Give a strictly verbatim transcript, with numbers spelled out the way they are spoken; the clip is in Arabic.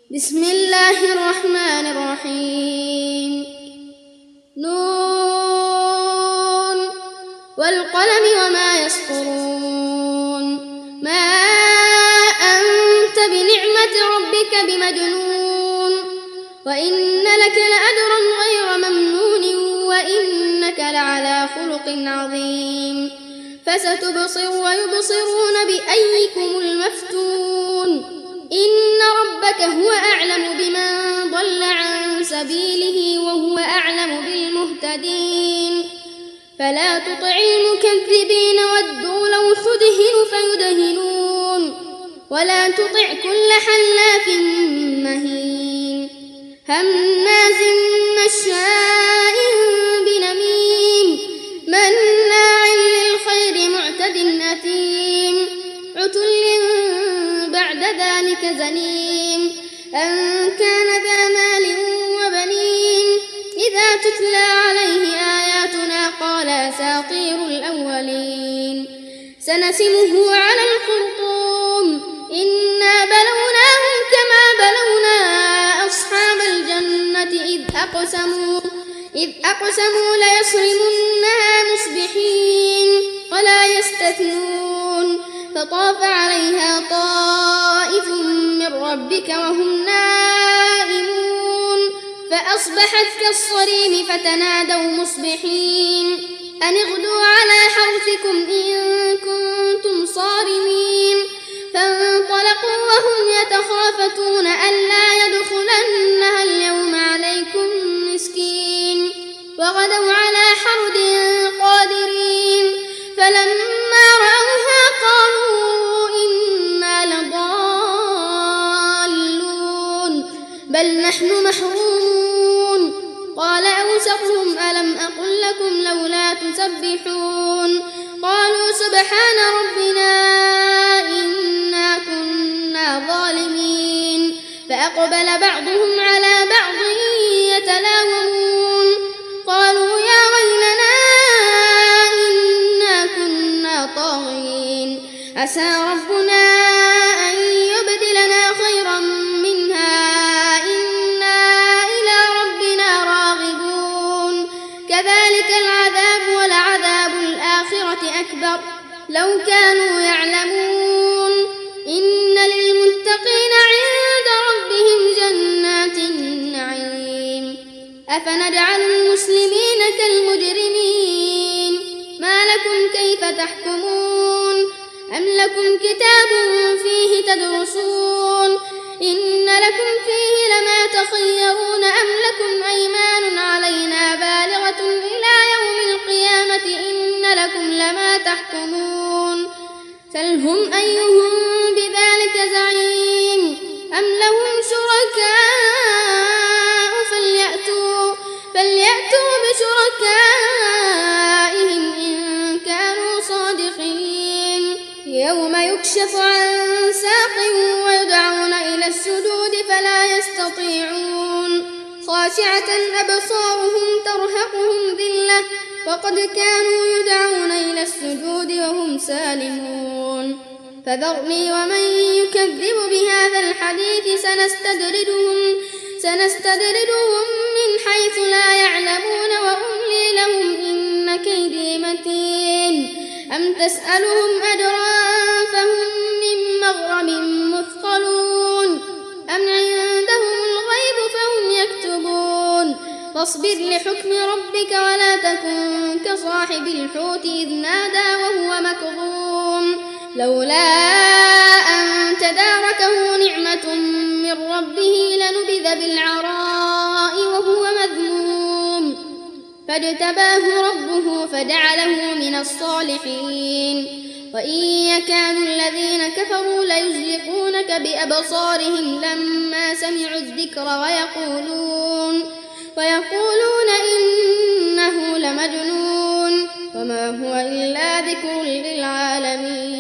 بسم الله الرحمن الرحيم. نون والقلم وما يسطرون. ما أنت بنعمة ربك بمجنون، وإن لك لأجرا غير ممنون، وإنك لعلى خلق عظيم. فستبصر ويبصرون بأيكم المفتون. إن ربك هو أعلم بمن ضل عن سبيله وهو أعلم بالمهتدين. فلا تطع المكذبين ودوا لو تدهن فيدهنون، ولا تطع كل حلاف مهين هماز مشاء بنميم مناع للخير معتد أثيم عتل بعد ذلك زنيم أن كان ذا مال وبنين. إذا تتلى عليه آياتنا قال أساطير الأولين. سنسمه على الخرطوم إنا بلوناهم كما بلونا أصحاب الجنة إذ أقسموا إذ أقسموا ليصرمنها مصبحين ولا يستثنون. فطاف عليها طائف من ربك وهم نائمون فأصبحت كالصريم فتنادوا مصبحين أن اغدوا على حرثكم إن كنتم صارمين. فانطلقوا وهم يتخافتون ألا يدخلنها اليوم عليكم مسكين وغدوا على حرد قادرين. فلما رأوها قالوا إنا لضالون بل نحن محرومون. قال أوسطهم ألم أقل لكم لولا تسبحون. قالوا سبحان ربنا إنا كنا ظالمين. فأقبل بعضهم على بعض يتلاومون قالوا يا ويلنا إنا كنا طاغين عسى ربنا أن يبدلنا خيرا منها إنا إلى ربنا راغبون. كذلك العذاب ولعذاب الآخرة أكبر لو كانوا يعلمون. إن للمتقين عند ربهم جنات النعيم. أفنجعل المسلمين كالمجرمين ما لكم كيف تحكمون. أم لكم كتاب فيه تدرسون إن لكم فيه لما تخيرون. أم لكم أيمان علينا بالغة إلى يوم القيامة إن لكم لما تحكمون. سلهم أيهم بذلك زعيم. أم لهم شركاء فليأتوا, فليأتوا بشركائهم إن كانوا صادقين. يوم يكشف عن ساق ويدعون إلى السجود فلا يستطيعون خاشعة أبصارهم ترهقهم ذلة وقد كانوا يدعون إلى السجود وهم سالمون. فذرني ومن يكذب بهذا الحديث سنستدرجهم, سنستدرجهم من حيث لا يعلمون وأملي لهم إن كيدي متين. أم تسألهم أجرا فهم من مغرم مثقلون أم عندهم الغيب فهم يكتبون. فاصبر لحكم ربك ولا تكن كصاحب الحوت إذ نادى وهو مكظوم لولا أن تداركه نعمة من ربه لنبذ بالعراء وهو مذموم فاجتباه ربه فجعله من الصالحين. وإن يكاد الذين كفروا ليزلقونك بأبصارهم لما سمعوا الذكر ويقولون, ويقولون إنه لمجنون وما هو إلا ذكر للعالمين.